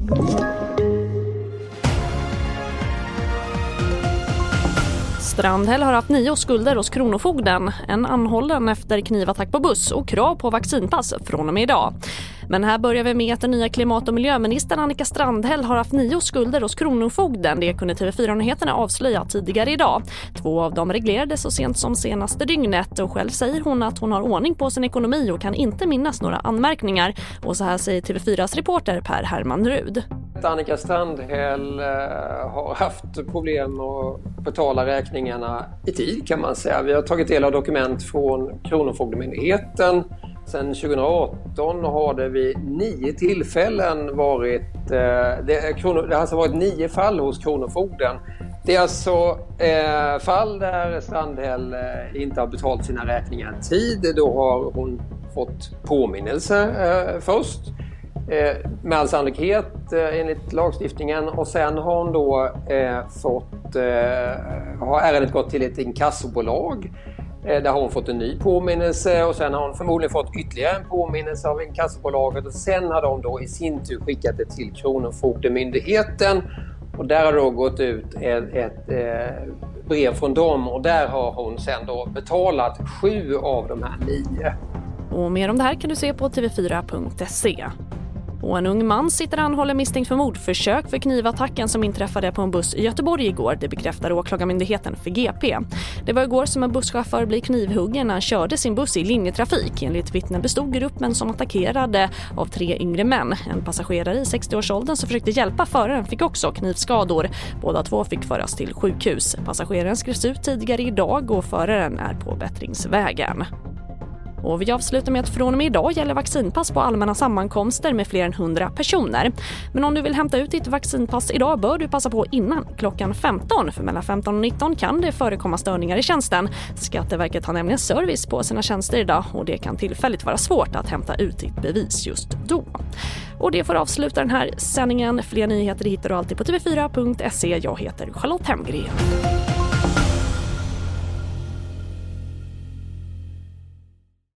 Strandhäll har haft 9 skulder hos Kronofogden, en anhållen efter knivattack på buss och krav på vaccinpass från och med idag. Men här börjar vi med att den nya klimat- och miljöministern Annika Strandhäll har haft 9 skulder hos Kronofogden. Det kunde TV4-nyheterna avslöja tidigare idag. 2 av dem reglerades så sent som senaste dygnet och själv säger hon att hon har ordning på sin ekonomi och kan inte minnas några anmärkningar. Och så här säger TV4s reporter Per Herman Rud. Annika Strandhäll har haft problem att betala räkningarna i tid kan man säga. Vi har tagit del av dokument från Kronofogdemyndigheten. Sedan 2018 har det vid 9 tillfällen varit, det har alltså varit 9 fall hos Kronofogden. Det är alltså fall där Strandhäll inte har betalt sina räkningar i tid. Då har hon fått påminnelse först. Med all sannolikhet enligt lagstiftningen, och sen har hon då har ärendet gått till ett inkassobolag. Där har hon fått en ny påminnelse och sen har hon förmodligen fått ytterligare en påminnelse av inkassobolaget och sen har de då i sin tur skickat det till Kronofogdemyndigheten och där har då gått ut ett brev från dem och där har hon sen då betalat 7 av de här 9. Och mer om det här kan du se på tv4.se. Och en ung man sitter anhållen misstänkt för mordförsök för knivattacken som inträffade på en buss i Göteborg igår. Det bekräftar åklagarmyndigheten för GP. Det var igår som en busschaufför blev knivhuggen när han körde sin buss i linjetrafik. Enligt vittnen bestod gruppen som attackerade av 3 yngre män. En passagerare i 60-årsåldern som försökte hjälpa föraren fick också knivskador. Båda 2 fick föras till sjukhus. Passageraren skrevs ut tidigare idag och föraren är på bättringsvägen. Och vi avslutar med att från och med idag gäller vaccinpass på allmänna sammankomster med fler än 100 personer. Men om du vill hämta ut ditt vaccinpass idag bör du passa på innan klockan 15. För mellan 15 och 19 kan det förekomma störningar i tjänsten. Skatteverket har nämligen service på sina tjänster idag och det kan tillfälligt vara svårt att hämta ut ditt bevis just då. Och det får avsluta den här sändningen. Fler nyheter hittar du alltid på tv4.se. Jag heter Charlotte Hemgren.